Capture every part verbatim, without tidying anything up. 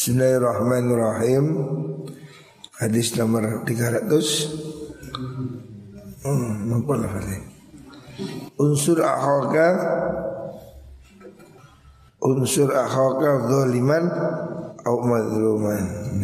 Bismillahirrahmanirrahim. Hadis nomor tiga ratus. Hmm, apa lafaznya? Unsur akhaka Unsur akhaka zaliman au mazluman.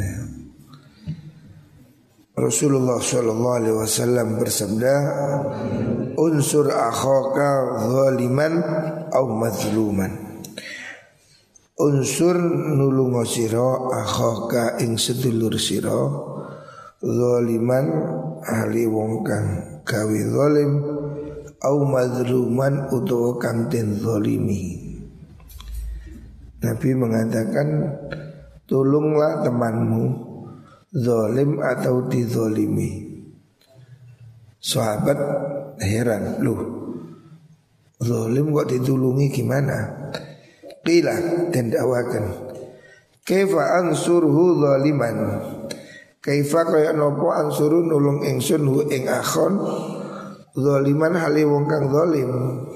Rasulullah sallallahu alaihi wasallam bersabda, unsur akhaka zaliman au mazluman. Unsur nulungo sira akhaka ing sedulur sira zaliman ahli wong kang gawe zalim au mazluman utawa kang den zalimi. Nabi mengatakan, tolonglah temanmu zalim atau dizalimi. Sahabat heran, loh, zalim kok ditulungi gimana? Qila, dan dakwakan, kaifa ansurhu zaliman, kaifa kaya nopo ansuru nulung ingsun hu ing akhon zaliman hali wong kang zalim.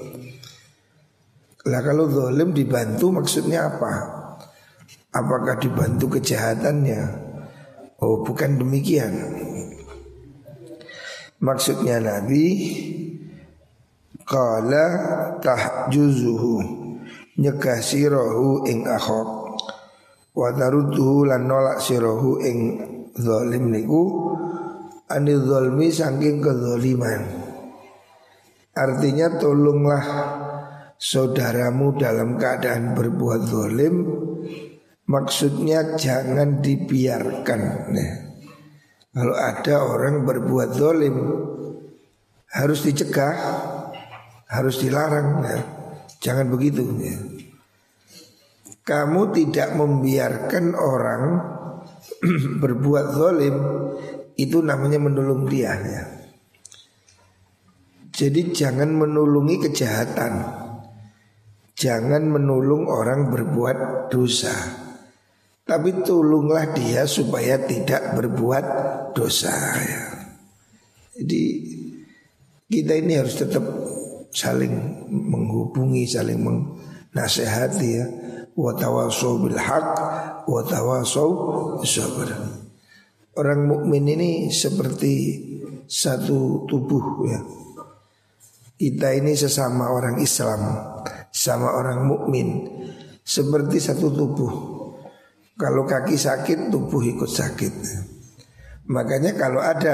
Lah kalau zalim dibantu maksudnya apa? Apakah dibantu kejahatannya? Oh, bukan demikian. Maksudnya Nabi qala tahjuzuhu, nyegah sirahu ing akhok, wa tarudduhu lan nolak sirahu ing zalim niku anil zalmi saking kezaliman. Artinya tolonglah saudaramu dalam keadaan berbuat zalim. Maksudnya jangan dibiarkan. Nah, kalau ada orang berbuat zalim harus dicegah, harus dilarang. Nah, jangan begitu ya. Kamu tidak membiarkan orang berbuat zalim, itu namanya menolong dia ya. Jadi jangan menulungi kejahatan, jangan menolong orang berbuat dosa, tapi tolonglah dia supaya tidak berbuat dosa ya. Jadi kita ini harus tetap saling menghubungi, saling menasehati ya. Wa tawasau bil haq wa tawasau bis sabr. Orang mukmin ini seperti satu tubuh ya. Kita ini sesama orang Islam, sama orang mukmin, seperti satu tubuh. Kalau kaki sakit, tubuh ikut sakit. Makanya kalau ada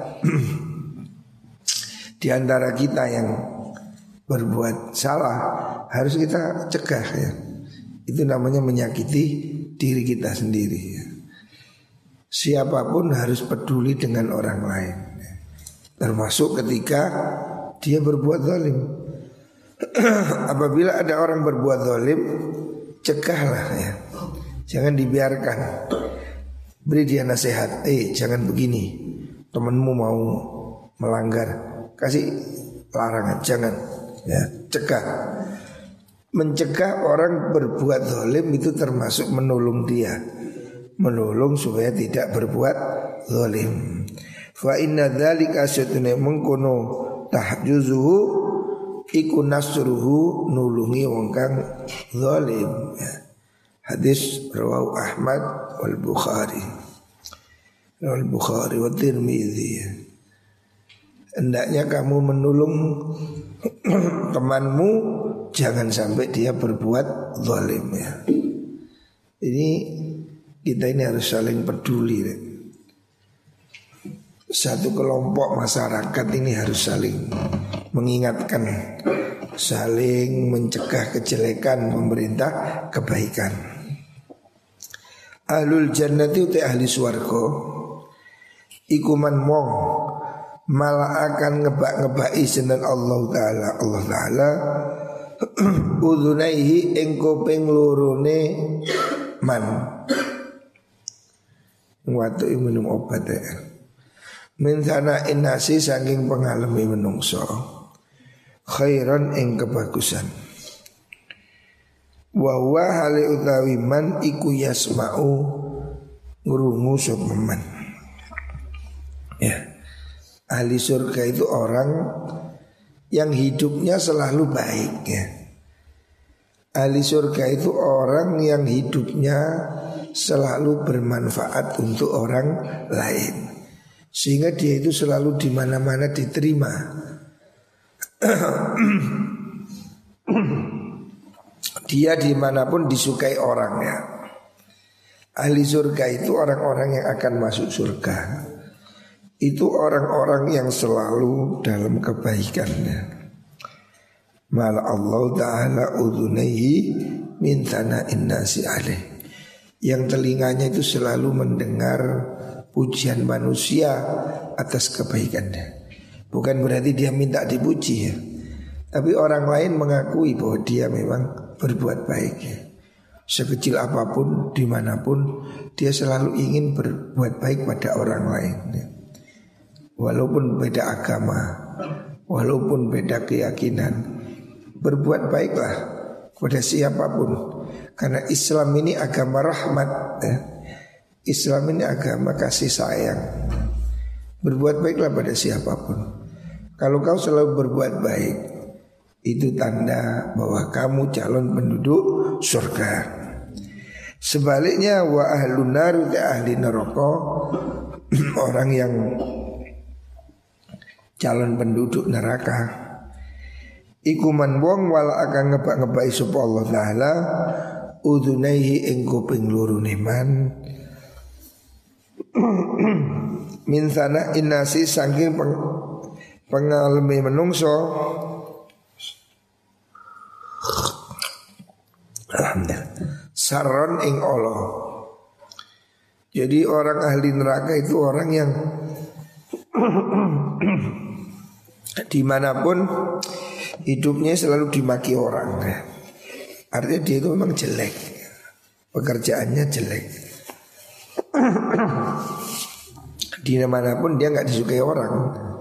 di antara kita yang berbuat salah, harus kita cegah ya. Itu namanya menyakiti diri kita sendiri ya. Siapapun harus peduli dengan orang lain, termasuk ketika dia berbuat zalim. Apabila ada orang berbuat zalim, cegahlah ya. Jangan dibiarkan. Beri dia nasihat, eh jangan begini, temanmu mau melanggar, kasih larangan, jangan ya, cegah. Mencegah orang berbuat zalim itu termasuk menolong dia, menolong supaya tidak berbuat zalim. Fa inna dzalika syatune mengkono tahjuzuhu iku nasruhu nulungi wong kang zalim ya. Hadis rawahu Ahmad wal Bukhari wal Bukhari wa Tirmidzi. Hendaknya kamu menolong temanmu, jangan sampai dia berbuat zalim ya. Ini kita ini harus saling peduli ya. Satu kelompok masyarakat ini harus saling mengingatkan, saling mencegah kejelekan, memerintah kebaikan. Ahlul jannati uti ahli swarga iku man wong malah akan ngebak-ngebaki senen Allah Ta'ala Allah Ta'ala udhunaihi ing kuping lorone man. Waktu minum obat ya. Min sana inasi saking pengalami menungso khairan ing kebagusan. Wa huwa hali utawi man iku yasma'u ngrungu sapa man. Ya. Ahli surga itu orang yang hidupnya selalu baik ya. Ahli surga itu orang yang hidupnya selalu bermanfaat untuk orang lain, sehingga dia itu selalu di mana-mana diterima. Dia dimanapun disukai orangnya. Ahli surga itu orang-orang yang akan masuk surga. Itu orang-orang yang selalu dalam kebaikannya. Mala Allah Ta'ala udhunaihi min tana'in nasi alaih. Yang telinganya itu selalu mendengar pujian manusia atas kebaikannya. Bukan berarti dia minta dipuji ya, tapi orang lain mengakui bahwa dia memang berbuat baik ya. Sekecil apapun, dimanapun, dia selalu ingin berbuat baik pada orang lain ya. Walaupun beda agama, walaupun beda keyakinan, berbuat baiklah kepada siapapun. Karena Islam ini agama rahmat ya. Islam ini agama kasih sayang. Berbuat baiklah pada siapapun. Kalau kau selalu berbuat baik, itu tanda bahwa kamu calon penduduk surga. Sebaliknya wa ahlun nar, ahli neraka, orang yang calon penduduk neraka, iku man wong wala akan ngebak-ngebai sapa Allah Ta'ala udunaihi ing kuping lurune man min sana inasi saking peng, pengalami menungso. Alhamdulillah. Saron ing Allah. Jadi orang ahli neraka itu orang yang dimanapun hidupnya selalu dimaki orang. Artinya dia itu memang jelek, pekerjaannya jelek. Di manapun dia nggak disukai orang.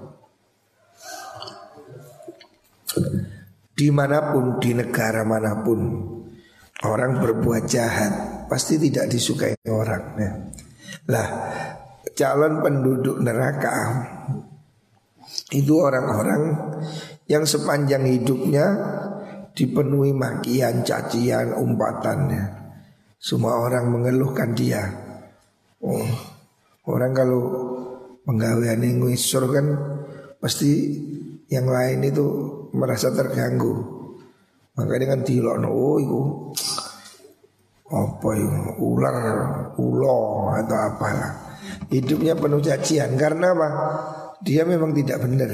Dimanapun, di negara manapun, orang berbuat jahat pasti tidak disukai orang ya. Lah, calon penduduk neraka itu orang-orang yang sepanjang hidupnya dipenuhi makian, cacian, umpatannya. Semua orang mengeluhkan dia. Oh, orang kalau penggawean ngisor kan pasti yang lain itu merasa terganggu. Maka dengan dilokno, oh itu apa itu ular, ulo atau apalah. Hidupnya penuh cacian. Karena apa? Dia memang tidak benar.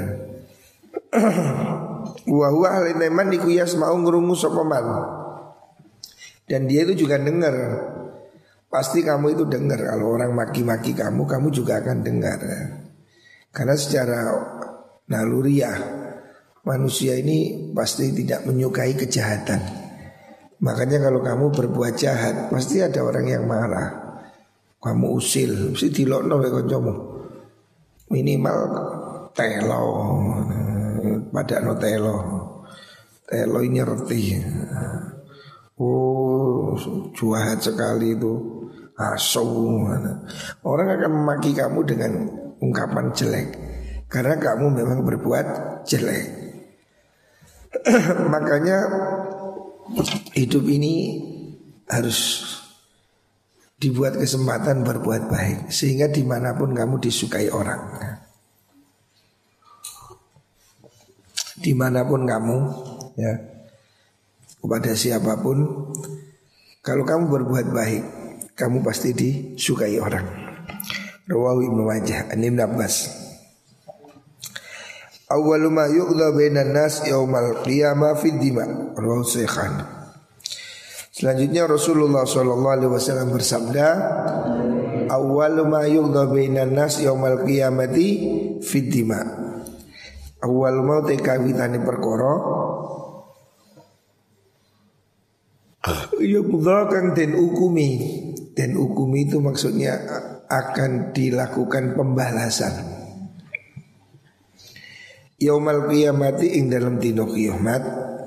Wa huwa aliman iku yasma'u ngrungu sapa man. Dan dia itu juga dengar. Pasti kamu itu dengar kalau orang maki-maki kamu, kamu juga akan dengar. Karena secara naluriah manusia ini pasti tidak menyukai kejahatan. Makanya kalau kamu berbuat jahat pasti ada orang yang marah. Kamu usil, mesti dilokno wae kancamu. Minimal telo, pada no telo, telo ini roti. Oh, jahat sekali itu, asu. Orang akan memaki kamu dengan ungkapan jelek karena kamu memang berbuat jelek. Makanya hidup ini harus dibuat kesempatan berbuat baik, sehingga dimanapun kamu disukai orang. Dimanapun kamu ya, kepada siapapun, kalau kamu berbuat baik, kamu pasti disukai orang. Rawahu Ibnu Majah an Ibnu Abbas. Awwalu ma yuqda bainan nas yaumal qiyamah fid dima. Rawahu Shaykhan. Selanjutnya Rasulullah shallallahu alaihi wasallam bersabda, awwalu ma yuqda bainan nas yaumal qiyamati fid dima. Awal mau tekawitane perkara ya kang den ukumi. Den ukumi itu maksudnya akan dilakukan pembalasan. Yaumal qiyamati ing dalam dina kiamat,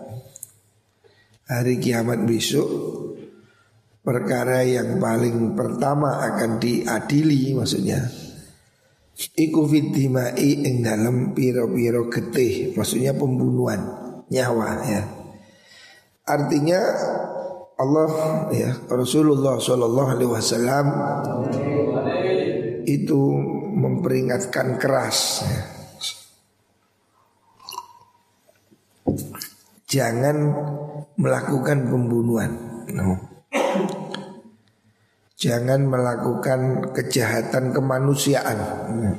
hari kiamat besok, perkara yang paling pertama akan diadili maksudnya iku fiddimai ing dalam piro-piro getih, maksudnya pembunuhan nyawa ya. Artinya Allah ya Rasulullah Shallallahu Alaihi Wasallam itu memperingatkan keras ya. Jangan melakukan pembunuhan, no. Jangan melakukan kejahatan kemanusiaan. No.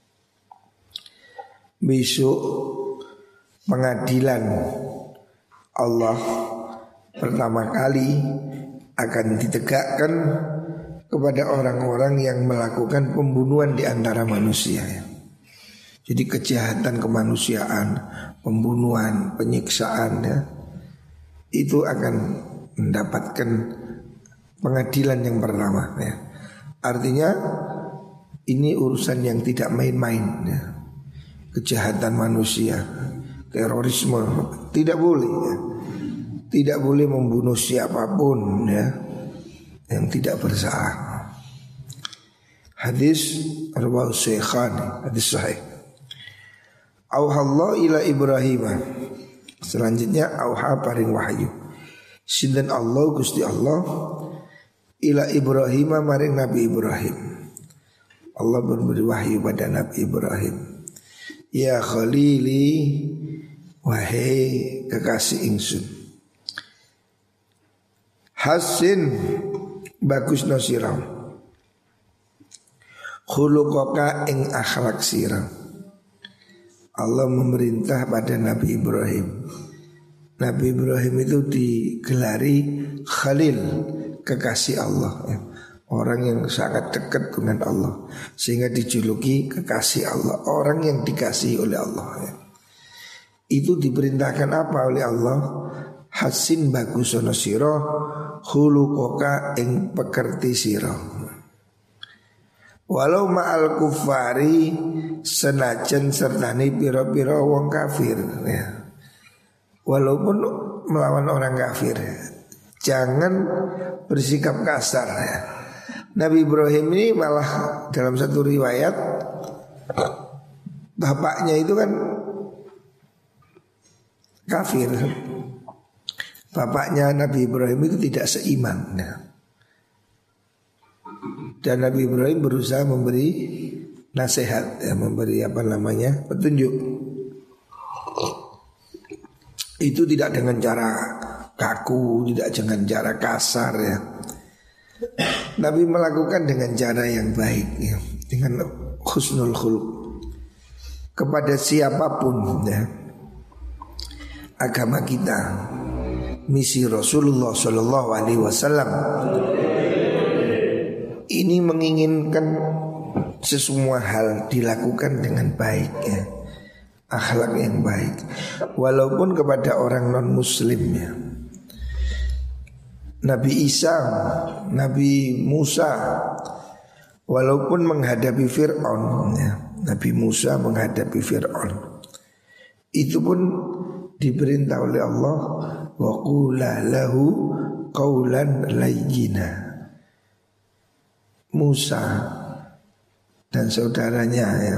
Besok pengadilan Allah pertama kali akan ditegakkan kepada orang-orang yang melakukan pembunuhan di antara manusia. Jadi kejahatan kemanusiaan, pembunuhan, penyiksaan ya, itu akan mendapatkan pengadilan yang pertama ya. Artinya ini urusan yang tidak main-main ya. Kejahatan manusia, terorisme tidak boleh ya. Tidak boleh membunuh siapapun ya yang tidak bersalah. Hadis Rawahus Syaikhan, hadis sahih. Auhallah ila Ibrahim. Selanjutnya auha paring wahyu. Sinten Allah Gusti Allah ila Ibrahim maring Nabi Ibrahim. Allah memberi wahyu pada Nabi Ibrahim. Ya Khalili, wahai kekasih ingsun. Hasin bagus no sirah. Khuluqaka ing akhlak sirah. Allah memerintah pada Nabi Ibrahim. Nabi Ibrahim itu digelari Khalil, kekasih Allah ya. Orang yang sangat dekat dengan Allah, sehingga dijuluki kekasih Allah, orang yang dikasihi oleh Allah ya. Itu diperintahkan apa oleh Allah? Hasin bagus ono sira khuluqaka ing pekerti sira. Walau ma'al kufari senajan sertani pira-pira wong kafir ya. Walaupun melawan orang kafir ya. Jangan bersikap kasar ya. Nabi Ibrahim ini malah dalam satu riwayat bapaknya itu kan kafir. Bapaknya Nabi Ibrahim itu tidak seiman ya. Dan Nabi Ibrahim berusaha memberi nasihat ya, memberi apa namanya petunjuk. Itu tidak dengan cara kaku, tidak dengan cara kasar ya. Nabi melakukan dengan cara yang baik ya, dengan husnul khuluq kepada siapapun ya. Agama kita, misi Rasulullah Shallallahu Alaihi Wasallam ini menginginkan sesemua hal dilakukan dengan baik ya. Akhlak yang baik. Walaupun kepada orang non muslim ya. Nabi Isa, Nabi Musa, walaupun menghadapi Fir'aun ya. Nabi Musa menghadapi Fir'aun, itu pun diperintah oleh Allah, wa qula lahu qawlan layyina. Musa dan saudaranya ya,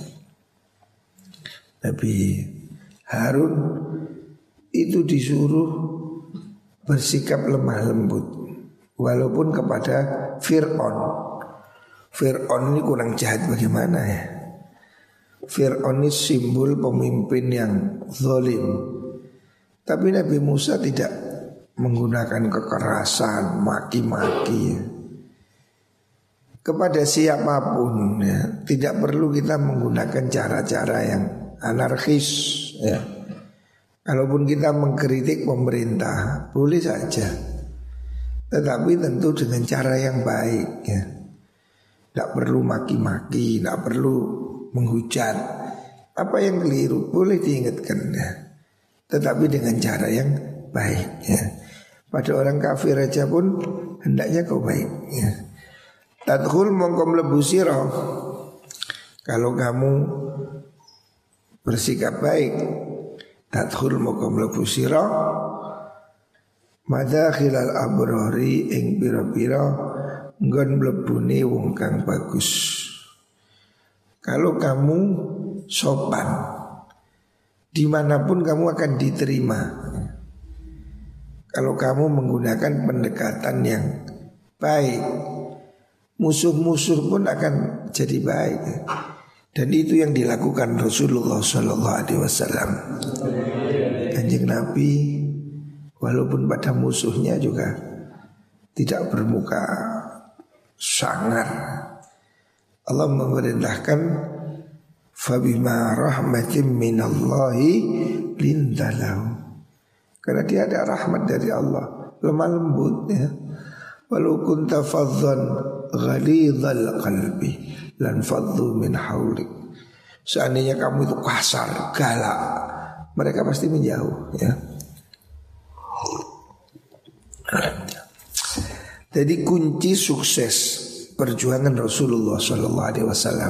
Nabi Harun itu disuruh bersikap lemah lembut walaupun kepada Fir'aun. Fir'aun ini kurang jahat bagaimana ya. Fir'aun ini simbol pemimpin yang zalim. Tapi Nabi Musa tidak menggunakan kekerasan, maki-maki ya. Kepada siapapun ya, tidak perlu kita menggunakan cara-cara yang anarkis ya. Kalaupun kita mengkritik pemerintah boleh saja, tetapi tentu dengan cara yang baik ya. Tidak perlu maki-maki, tidak perlu menghujat. Apa yang keliru boleh diingatkan ya, tetapi dengan cara yang baik ya. Pada orang kafir aja pun hendaknya kau baik ya. Tadkhul mongko mlebu sira. Kalau kamu bersikap baik, tadkhul mongko mlebu sira madakhilal abrari ing pira-pira nggon mlebune wong kang bagus. Kalau kamu sopan, dimanapun kamu akan diterima. Kalau kamu menggunakan pendekatan yang baik, musuh-musuh pun akan jadi baik. Dan itu yang dilakukan Rasulullah Shallallahu Alaihi Wasallam. Kanjeng Nabi walaupun pada musuhnya juga tidak bermuka sangar. Allah memerintahkan fabima rahmatin minallahi lintalahu. Karena dia ada rahmat dari Allah, lemah lembut ya. Walau kunta fadhan ghalidhal qalbi lan fadhu min haulik. Seandainya kamu itu kasar, galak, mereka pasti menjauh ya. Jadi kunci sukses perjuangan Rasulullah Shallallahu Alaihi Wasallam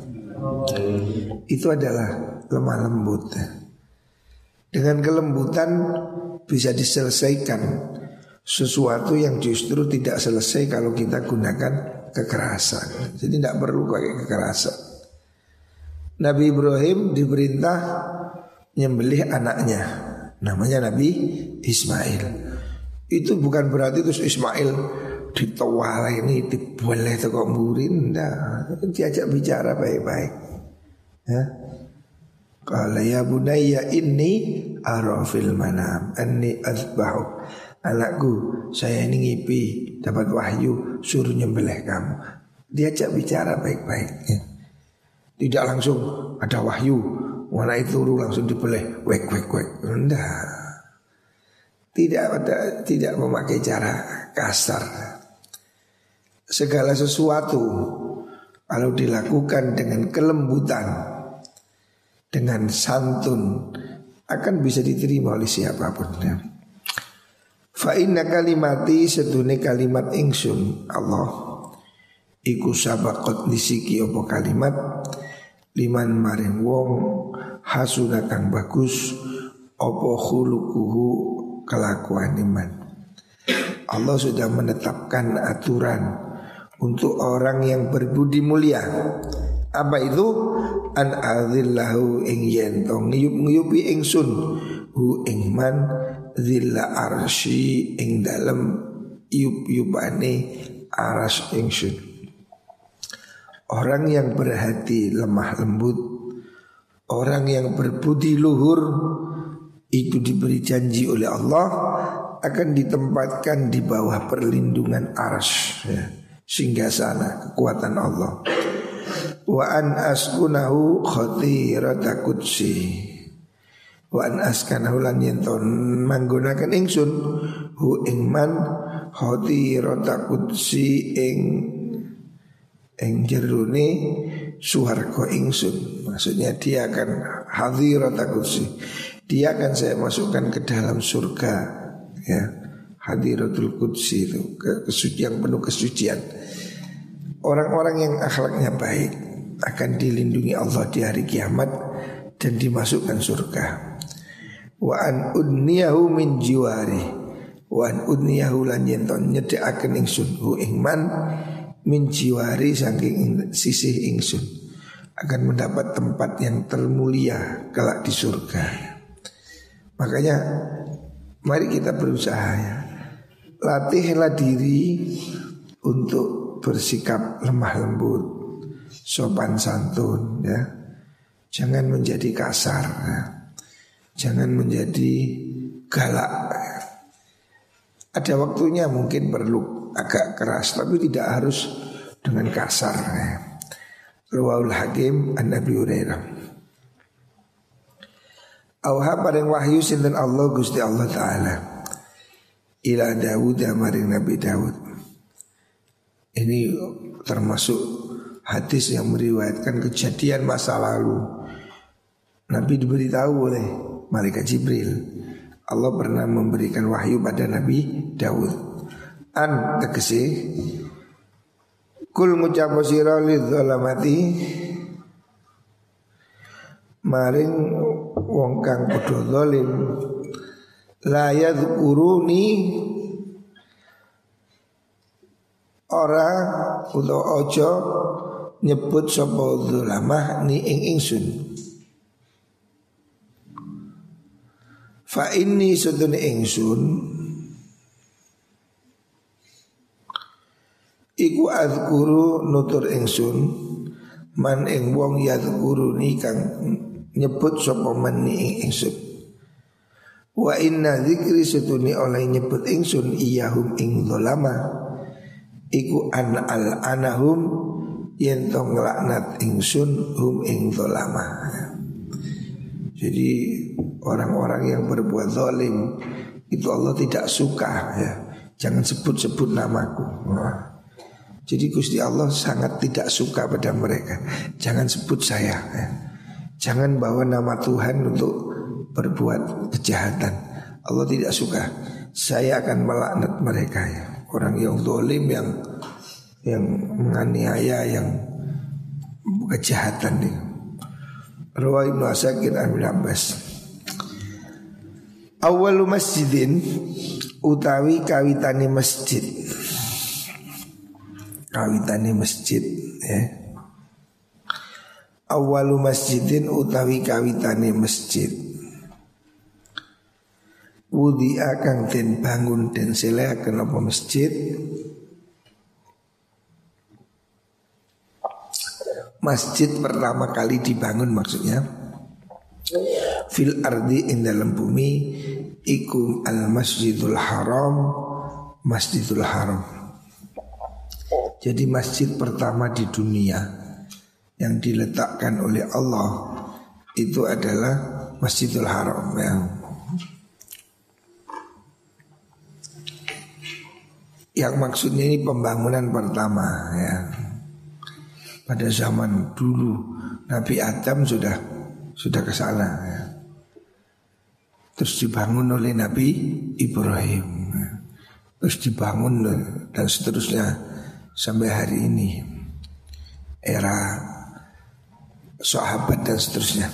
itu adalah lemah lembut. Dengan kelembutan bisa diselesaikan sesuatu yang justru tidak selesai kalau kita gunakan kekerasan. Jadi tidak perlu pakai kekerasan. Nabi Ibrahim diperintah nyembelih anaknya, namanya Nabi Ismail. Itu bukan berarti terus Ismail ditawala ini diboleh kok murin. Nah, diajak bicara baik-baik ya. Qala ya bunayya inni ara fil manam anni azbahu. Anakku, saya ini ngipi dapat wahyu suruh nyembelih kamu. Diajak bicara baik-baik ya. Tidak langsung ada wahyu warna itu langsung dibeleh wek wek wek. Enggak. Tidak ada, tidak memakai cara kasar. Segala sesuatu kalau dilakukan dengan kelembutan, dengan santun, akan bisa diterima oleh siapapun ya. Fa inna kalimati sedune kalimat ingsun Allah iku sabaqat nisiki apa kalimat liman maring wong hasuna kang bagus apa khuluquhu kelakuan iman. Allah sudah menetapkan aturan untuk orang yang berbudi mulia. Apa itu? An adzillahu ing yen to ngiyup-ngiyupi ingsun hu ing man zilla arsy ing dalem yup-yupane aras ingsun. Orang yang berhati lemah lembut, orang yang berbudi luhur, itu diberi janji oleh Allah akan ditempatkan di bawah perlindungan arsy ya, singgasana kekuatan Allah. Wa an askunahu khatirata qudsi. Wa an askanahu lan yenton manggunakan ingsun hu ing man khatirata qudsi ing ing jerone suwarga ingsun. Maksudnya dia akan hadirata qudsi. Dia akan saya masukkan ke dalam surga ya. Hadiratul qudsi itu kesucian, penuh kesucian. Orang-orang yang akhlaknya baik akan dilindungi Allah di hari kiamat dan dimasukkan surga. Wa an udniyahu min jiwari. Wa an udniyahu lan yenton nyedekaken ingsun hu ingman min jiwari saking sisih ingsun akan mendapat tempat yang termulia kelak di surga. Makanya mari kita berusaha ya. Latihlah diri untuk bersikap lemah lembut, sopan santun ya. Jangan menjadi kasar ya. Jangan menjadi galak ya. Ada waktunya mungkin perlu agak keras, tapi tidak harus dengan kasar ya. Rawahul Hakim an Nabi Hurairah. Auha paring wahyu sinten Allah Gusti Allah Ta'ala ila Dawud maring Nabi Dawud. Ini termasuk hadis yang meriwayatkan kejadian masa lalu. Nabi diberitahu oleh malaikat Jibril, Allah pernah memberikan wahyu pada Nabi Dawud. An tegese kul ngucap sira lidzalamati maring wong kang padha zalim la yadhkuruni ora utawa aja nyebut sapa zalamah ni ing ingsun. Fa inni sedune ingsun Iku azkuru nutur ingsun man ing wong yadhkuruni kang nyebut sapa man ing ingsun. Wa inna dzikri setuni oleh nyebut ingsun iyahum ing dzalama iku an al anahum yen to nglaknat ingsun hum ing dzalama. Jadi orang-orang yang berbuat zalim itu Allah tidak suka ya. Jangan sebut-sebut namaku. Wah. Jadi Gusti Allah sangat tidak suka pada mereka. Jangan sebut saya ya. Jangan bawa nama Tuhan untuk berbuat kejahatan. Allah tidak suka. Saya akan melaknat mereka ya. Orang yang zalim, yang yang menganiaya, yang kejahatan nih. Rawi Ibnu Asakir an Ibnu Abbas. Awalu masjidin utawi kawitane masjid. Kawitane masjid ya. Awalu masjidin utawi kawitane masjid. Wudi akang den bangun den seleaken apa masjid. Masjid pertama kali dibangun maksudnya fil ardi ing dalam bumi ikum al masjidul haram, masjidul haram. Jadi masjid pertama di dunia yang diletakkan oleh Allah itu adalah Masjidul Haram ya. Yang maksudnya ini pembangunan pertama ya. Pada zaman dulu Nabi Adam sudah sudah ke sana ya. Terus dibangun oleh Nabi Ibrahim ya. Terus dibangun dan seterusnya sampai hari ini. Era sahabat dan seterusnya.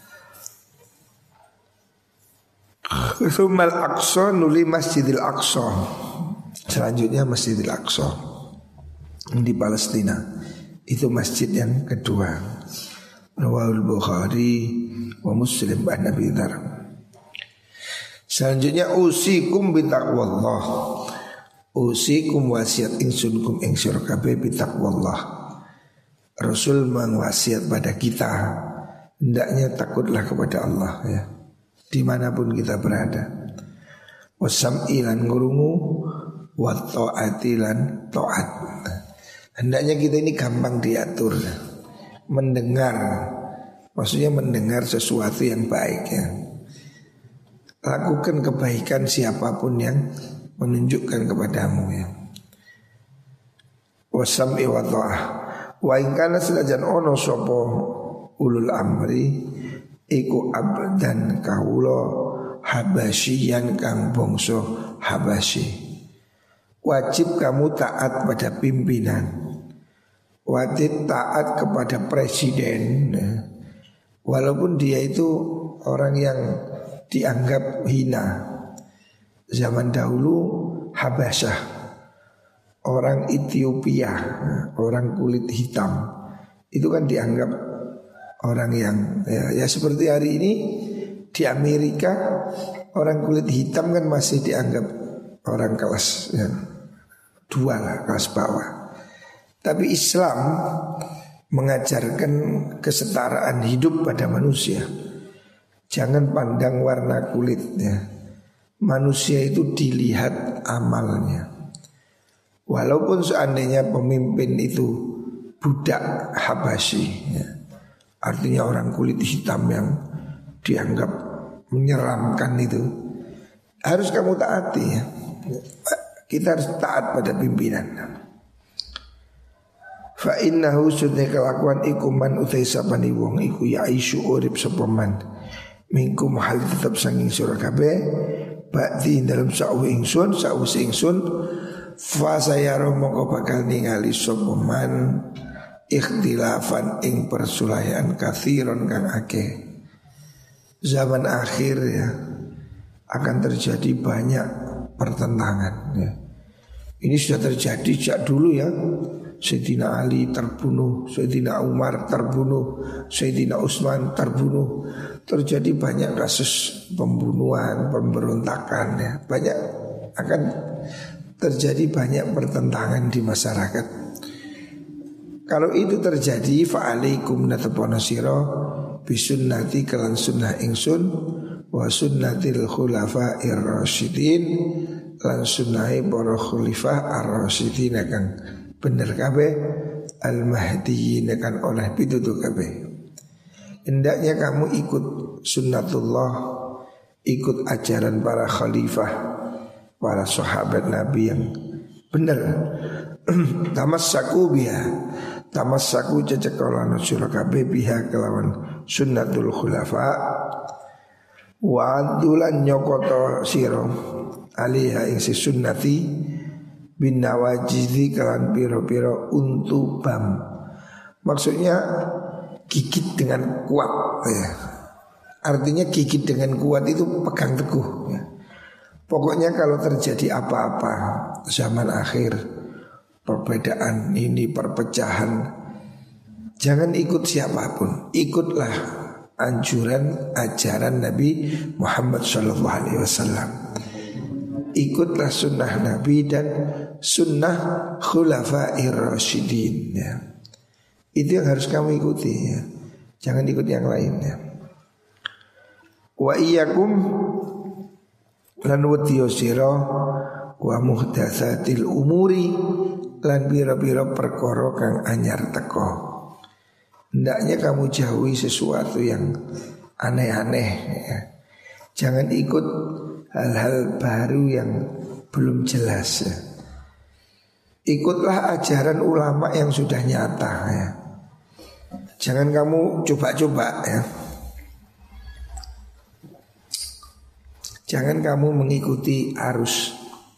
Tsummal Aqsa nuli Masjidil Aqsa. Selanjutnya Masjidil Aqsa di Palestina. Itu masjid yang kedua. Rawahul Bukhari wa Muslim an Nabi Dzar. Selanjutnya usikum bitaqwallah. Usikum wasiat ingsun kum ing sira kabeh bitaqwallah. Rasul mengwasiat pada kita hendaknya takutlah kepada Allah ya, dimanapun kita berada. Wasam'i lan ngurungu, wa ta'ati lan ta'at. Hendaknya kita ini gampang diatur, mendengar, maksudnya mendengar sesuatu yang baik ya. Lakukan kebaikan siapapun yang menunjukkan kepadamu ya. Wasam'i wa ta'ah. Wa ingkana senajan ono sopo ulul amri iku abdan kawula habasyian kang bangsa Habasyi. Wajib kamu taat pada pimpinan, wajib taat kepada presiden walaupun dia itu orang yang dianggap hina. Zaman dahulu Habasyah, orang Ethiopia, orang kulit hitam, itu kan dianggap orang yang ya, ya seperti hari ini di Amerika orang kulit hitam kan masih dianggap orang kelas ya, dua lah, kelas bawah. Tapi Islam mengajarkan kesetaraan hidup pada manusia. Jangan pandang warna kulit ya. Manusia itu dilihat amalnya. Walaupun seandainya pemimpin itu budak Habasyi ya, artinya orang kulit hitam yang dianggap menyeramkan itu, harus kamu taati ya. Kita harus taat pada pimpinan. Fa innahu sunni kelakuan iku man utai sapani wong iku ya isu urip sepaman mingkum hal tetap sanging sira kabeh ba'di dalam sa'u ingsun sa'u ingsun fa sayara mongko bakal ningali sapa man ikhtilafan ing persulayan kathiron kang akeh. Zaman akhir ya akan terjadi banyak pertentangan ya. Ini sudah terjadi sejak dulu ya. Sayyidina Ali terbunuh, Sayyidina Umar terbunuh, Sayyidina Utsman terbunuh. Terjadi banyak kasus pembunuhan, pemberontakan ya. Banyak akan terjadi banyak pertentangan di masyarakat. Kalau itu terjadi fa'alaikum natapono sira bisunnati kelan sunnah ingsun wa sunnatil khulafa'ir rasyidin lan sunnahe para khalifah ar-rasyidin kang bener kabeh al-mahdiyyin kan oleh pitutur kabeh. Hendaknya kamu ikut sunnatullah, ikut ajaran para khalifah, para sahabat Nabi yang benar. Tamassaku biha, tamassaku cecekolana sira kabeh biha kelawan sunnatul khulafa wa adulan nyokoto sira alaiha ing si sunnati bin nawajizi kelan piro-piro untubam. Maksudnya gigit dengan kuat ya. Artinya gigit dengan kuat itu pegang teguh ya. Pokoknya kalau terjadi apa-apa zaman akhir, perbedaan ini, perpecahan, jangan ikut siapapun, ikutlah anjuran ajaran Nabi Muhammad shallallahu alaihi wasallam. Ikutlah sunnah Nabi dan sunnah khulafa'ir rasyidin ya. Itu yang harus kamu ikuti ya. Jangan ikut yang lain ya. Wa iyyakum lan wadiyo sira wa muhdatsatil umuri lan bira-bira perkara kang anyar teko. Hendaknya kamu jauhi sesuatu yang aneh-aneh ya. Jangan ikut hal-hal baru yang belum jelas ya. Ikutlah ajaran ulama yang sudah nyata ya. Jangan kamu coba-coba ya. Jangan kamu mengikuti arus.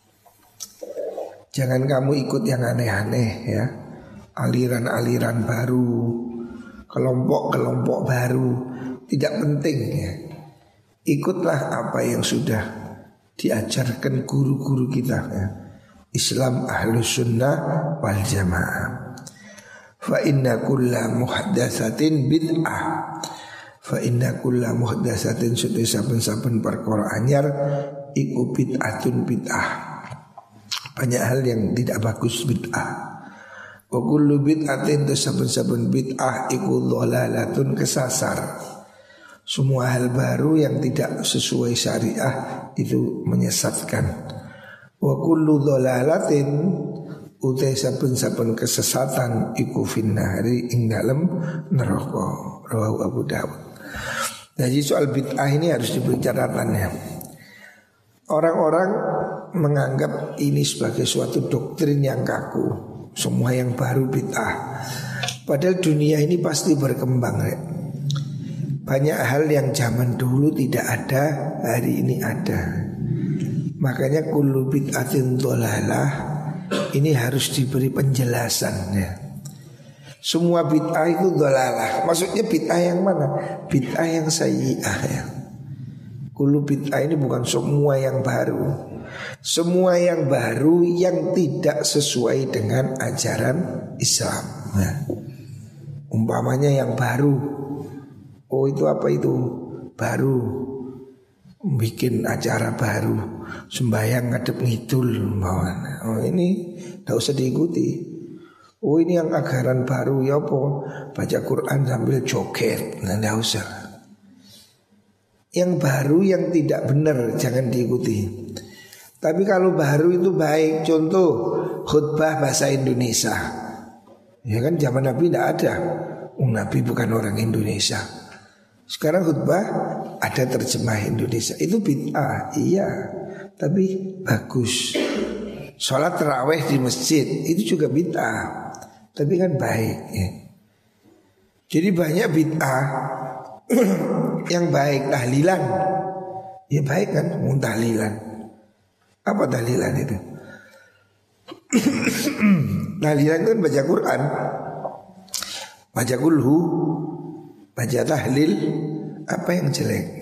Jangan kamu ikut yang aneh-aneh ya. Aliran-aliran baru, kelompok-kelompok baru, tidak penting ya. Ikutlah apa yang sudah diajarkan guru-guru kita ya. Islam ahlus sunnah wal jamaah. Fa inna kulla muhdatsatin bid'ah. Fa inna kulla muhdatsatin sudah saben-saben perkara anyar iku bid'atun bid'ah. Banyak hal yang tidak bagus bid'ah. Wa kullu bid'atin saben-saben bid'ah iku dhalalatun kesasar. Semua hal baru yang tidak sesuai syariah itu menyesatkan. Wa kullu dhalalatin utai saben-saben kesesatan iku finnari ing dalem neraka. Rawahu Abu Dawud. Jadi soal bid'ah ini harus diberi catatannya. Orang-orang menganggap ini sebagai suatu doktrin yang kaku. Semua yang baru bid'ah. Padahal dunia ini pasti berkembang ya. Banyak hal yang zaman dulu tidak ada, hari ini ada. Makanya kullu bid'atin dhalalah ini harus diberi penjelasan ya. Semua bid'ah itu dhalalah. Maksudnya bid'ah yang mana? Bid'ah yang sayyi'ah ya. Kullu bid'ah ini bukan semua yang baru. Semua yang baru yang tidak sesuai dengan ajaran Islam ya. Umpamanya yang baru, oh itu apa itu? Baru bikin acara baru, sembahyang ngadep ngidul, oh ini tidak usah diikuti. Oh ini yang ajaran baru ya apa? Baca Quran sambil joget, nah tidak usah. Yang baru yang tidak benar jangan diikuti. Tapi kalau baru itu baik, contoh khutbah bahasa Indonesia. Ya kan zaman Nabi tidak ada, Nabi bukan orang Indonesia. Sekarang khutbah ada terjemah Indonesia. Itu bid'ah, iya, tapi bagus. Sholat tarawih di masjid itu juga bid'ah, tapi kan baik ya. Jadi banyak bid'ah yang baik. Tahlilan, ya baik kan, tahlilan. Apa tahlilan itu? Tahlilan itu kan baca Quran, baca kulhu, baca tahlil. Apa yang jelek?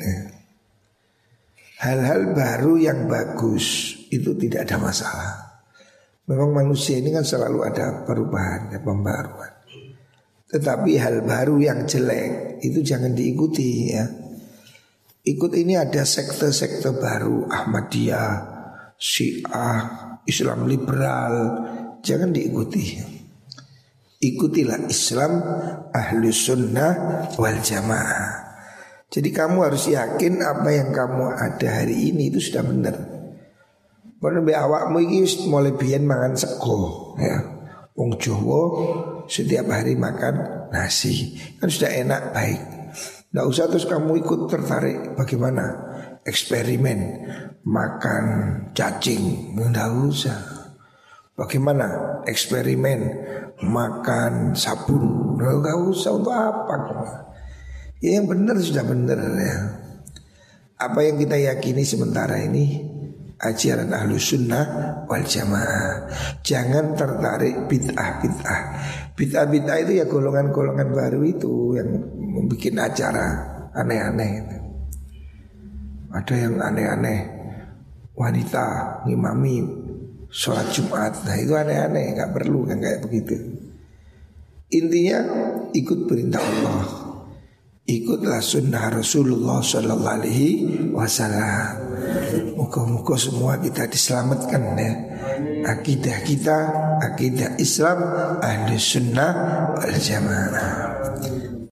Hal-hal baru yang bagus itu tidak ada masalah. Memang manusia ini kan selalu ada perubahan, ya, pembaruan. Tetapi hal baru yang jelek itu jangan diikuti ya. Ikut ini ada sekte-sekte baru, Ahmadiyah, Syiah, Islam liberal, jangan diikuti. ikutilah Islam ahlu sunnah wal jamaah. Jadi kamu harus yakin apa yang kamu ada hari ini itu sudah benar. Karena be awakmu iki mulai biyen mangan sego ya. Wong Jawa setiap hari makan nasi, kan sudah enak baik. Nggak usah terus kamu ikut tertarik bagaimana eksperimen makan cacing, nggak usah. Bagaimana eksperimen makan sabun, nggak usah, untuk apa? Ya yang benar sudah benar ya. Apa yang kita yakini sementara ini ajaran ahlu sunnah wal jamaah. Jangan tertarik bid'ah-bid'ah. Bid'ah-bid'ah itu ya golongan-golongan baru itu yang membuat acara aneh-aneh. Ada yang aneh-aneh, wanita ngimami sholat Jumat. Nah itu aneh-aneh, gak perlu kan kayak begitu. Intinya ikut perintah Allah, ikutlah sunnah Rasulullah Sallallahu Alaihi Wasallam. Moga-moga semua kita diselamatkan ya. Akidah kita, akidah Islam ahli sunnah wal jamaah.